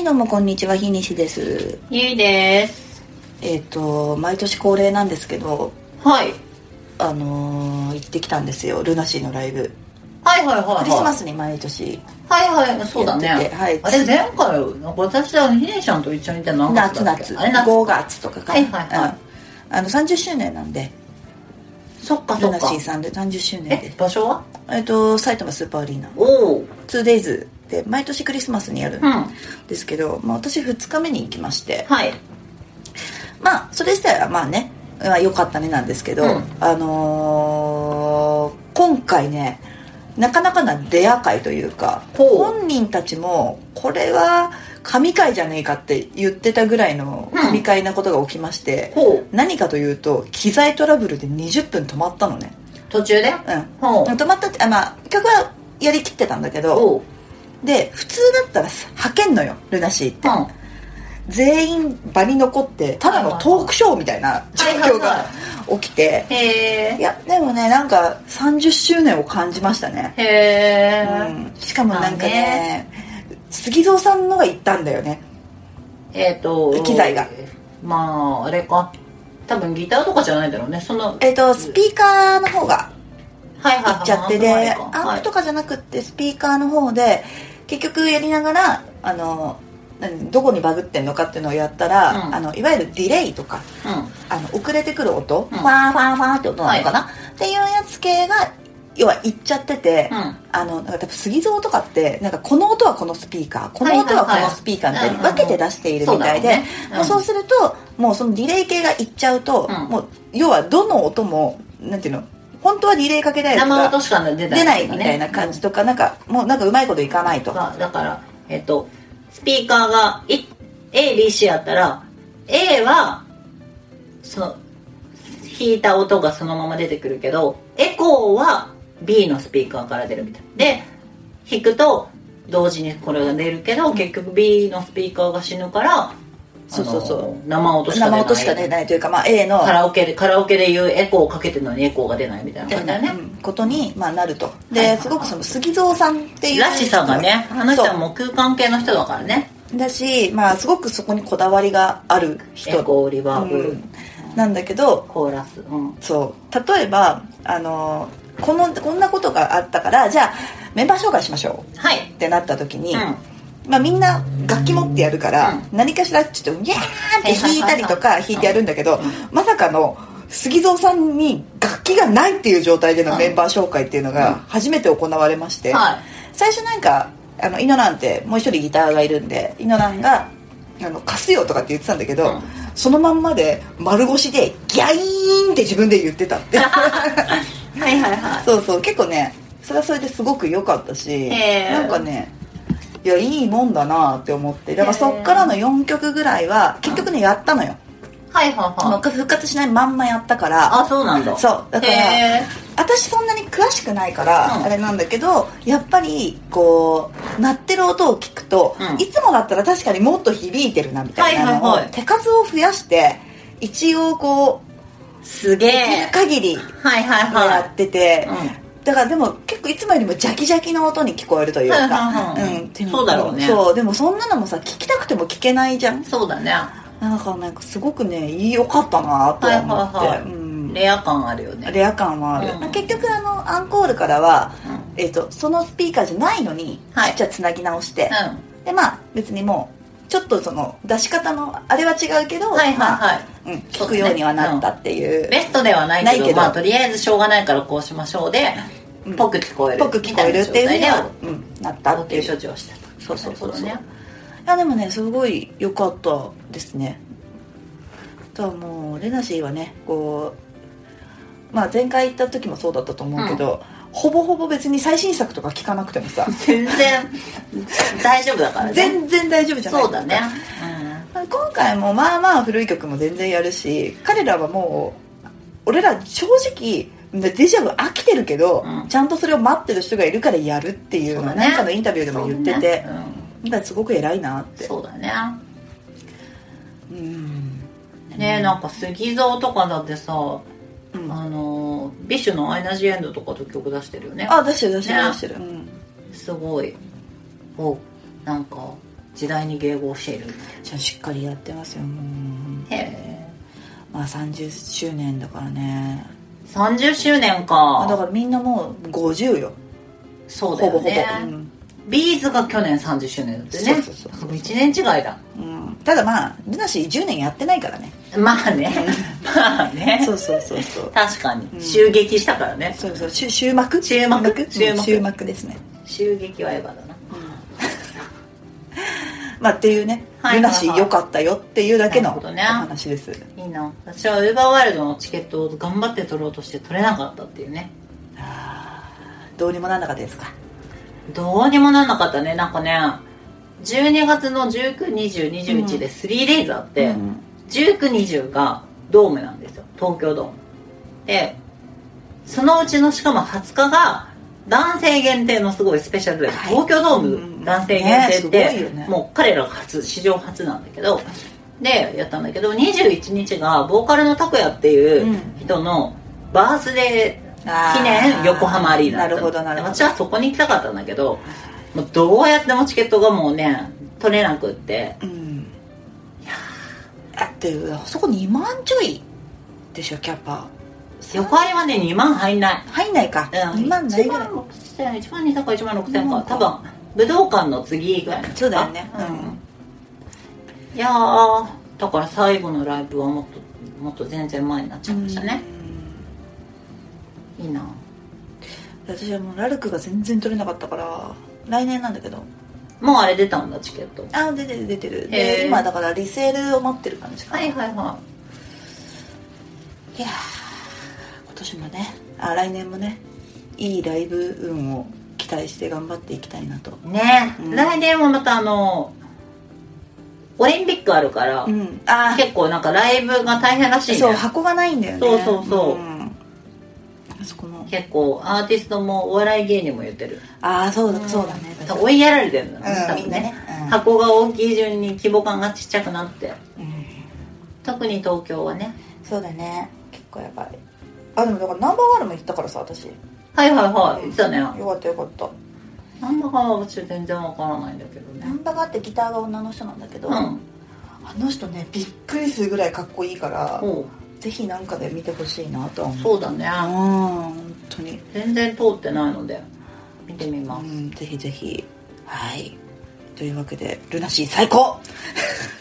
はいどうもこんにちは、日西です。 ゆいです。 毎年恒例なんですけど、 はい。 行ってきたんですよ、ルナシーのライブ。 はいはいはいはい。 クリスマスに毎年はいはい、そうだね。 はい、 あれ前回なんか私はひねちゃんと一緒にいたの何月だっけ？ 夏5月とかか。 はいはいはい。 30周年なんで。 そっかそっか。 ルナシーさんで30周年で。 場所は？ 埼玉スーパーアリーナ。 おお。 2days で毎年クリスマスにやるんですけど、私2日目に行きまして。 はい。 まあそれ自体はまあね、良かったねなんですけど、今回ね、なかなかなレア回というか、本人たちもこれは神回じゃねえかって言ってたぐらいの神回なことが起きまして、何かというと機材トラブルで20分止まったのね、 途中で。 止まったって、まあ曲はやりきってたんだけど、で普通だったらはけんのよルナシーって、全員場に残ってただのトークショーみたいな状況が起きて、いやでもね、なんか30周年を感じましたね。しかもなんかね、杉蔵さんのが言ったんだよね、機材が。 まああれか、多分ギターとかじゃないだろうね、そのスピーカーの方がいっちゃって、でアンプとかじゃなくってスピーカーの方で結局やりながらどこにバグってんのかっていうのをやったら、いわゆるディレイとか、遅れてくる音、ファーファーファーって音なのかな、っていうやつ系が要はいっちゃってて、なんか多分杉蔵とかってなんかこの音はこのスピーカー、この音はこのスピーカーみたいに分けて出しているみたいで、そうするともうそのディレイ系がいっちゃうと、もう要はどの音もなんていうの、本当はディレイかけないやつが生音しか出ないみたいな感じとか、なんかもうなんかうまいこといかないと。 だからスピーカーが ABC やったら A はその弾いた音がそのまま出てくるけど、エコーは B のスピーカーから出るみたいで、弾くと同時にこれが出るけど、結局 B のスピーカーが死ぬから、 そう生音しか出ないというか、まあ A のカラオケでいうエコーをかけてるのにエコーが出ないみたいな感じだね、 ことになると。ですごくその杉蔵さんっていうらしさがね、あの人はもう空間系の人だからね、 だし、まあすごくそこにこだわりがある人、 エコーリバーブ、 なんだけど、 コーラス、 そう例えばこんなことがあったから、じゃあメンバー紹介しましょう、ってなった時に、まあ、みんな楽器持ってやるから、何かしらちょっとギャーって弾いたりとか弾いてやるんだけど、まさかの杉蔵さんに楽器がないっていう状態でのメンバー紹介っていうのが初めて行われまして、最初なんかイノランってもう一人ギターがいるんで、イノランが貸すよとかって言ってたんだけど、そのまんまで丸腰でギャイーンって自分で言ってたってそう結構ね、それはそれですごく良かったし、なんかね、いやいいもんだなって思って、だからそっからの4曲ぐらいは結局ねやったのよ。復活しないまんまやったから。 あ、そうなんだ。 そうだから私そんなに詳しくないから、あれなんだけど、やっぱりこう鳴ってる音を聞くと、いつもだったら確かにもっと響いてるなみたいなのを手数を増やして一応こうすげえできる限りやってて、だからでも結構いつもよりもジャキジャキの音に聞こえるというか、 そうだろうね。 そうでもそんなのもさ、聞きたくても聞けないじゃん。 そうだね。 なんかすごくね良かったなと思って、 レア感あるよね。 レア感はある、結局アンコールからは、そのスピーカーじゃないのにちっちゃつなぎ直して、でまあ別にもうちょっとその出し方のあれは違うけど、聞くようにはなったっていう、 ベストではないけど、まあとりあえずしょうがないからこうしましょうで、ぽく聞こえるっていうのにはなったっていう処置をしたと。 そうね。いやでもね、すごい良かったですね。ただもうレナシーはね、こうまあ前回行った時もそうだったと思うけど、ほぼほぼ別に最新作とか聞かなくてもさ全然大丈夫だからね。 全然大丈夫じゃない。 そうだね、 今回もまあまあ古い曲も全然やるし、彼らはもう俺ら正直デジャブ飽きてるけど、ちゃんとそれを待ってる人がいるからやるっていうのを何かのインタビューでも言ってて、だからすごく偉いなって。 そうだね。ね、なんか杉蔵とかだってさ、ビッシュのアイナ・ジ・エンドとかと曲出してるよね。 出してる、 すごいなんか時代に迎合している。 じゃあしっかりやってますよ。もうへえ。 まあ30周年だからね。 30周年だか。 からみんなもう50よ。 そうだよね。 ほぼほぼ、 ビーズが去年30周年だってね。そう1年違いだ。 ただまあルナシー10年やってないからね。 まあね。まあね。 そう確かに。襲撃したからね。 そう終幕ですね。 襲撃はエヴァだな。 まあっていうね、ルナシー良かったよっていうだけのお話です。 いいな。私はウーバーワイルドのチケットを頑張って取ろうとして取れなかったっていうね。 どうにもなんなかったですか？ どうにもなんなかったね。なんかね、12月の19、20、21で3デイズあって、19、20がドームなんですよ。東京ドーム。で、そのうちのしかも20日が男性限定のすごいスペシャルで、東京ドーム男性限定って、もう彼らが史上初なんだけど、で、やったんだけど、21日がボーカルの拓也っていう人のバースデー記念横浜アリーナだったの。なるほど。私はそこに行きたかったんだけど、もうどうやってもチケットがもうね取れなくって、いやだってそこ2万ちょいでしょキャパ。 横アリはね2万入んないか、2万ないぐらい。 1万2千か1万6千か、多分武道館の次ぐらい。 そうだよね。 いやー、だから最後のライブはもっと全然前になっちゃいましたね。いいな。 私はもうラルクが全然取れなかったから来年なんだけど。 もうあれ出たんだチケット。 出てる。で今だからリセールを待ってる感じかな。いや今年もね、来年もね、いいライブ運を期待して頑張っていきたいなとね。来年はまたオリンピックあるから、結構なんかライブが大変らしいね。 そう、箱がないんだよね。 そうそこの結構アーティストもお笑い芸人も言ってる。 そうだね。 追いやられてるんだね、みんなね。箱が大きい順に規模感がちっちゃくなって、特に東京はね。 そうだね、結構やばい。でもだからナンバーワンも行ったからさ、私。 行ったね。 よかったナンバーワンは私全然わからないんだけどね。 ナンバーワンってギターが女の人なんだけど、あの人ねびっくりするぐらいかっこいいから、ぜひなんかで見てほしいなとは思う。 そうだね。 本当に全然通ってないので見てみます。 ぜひぜひ。はい。というわけでルナシー最高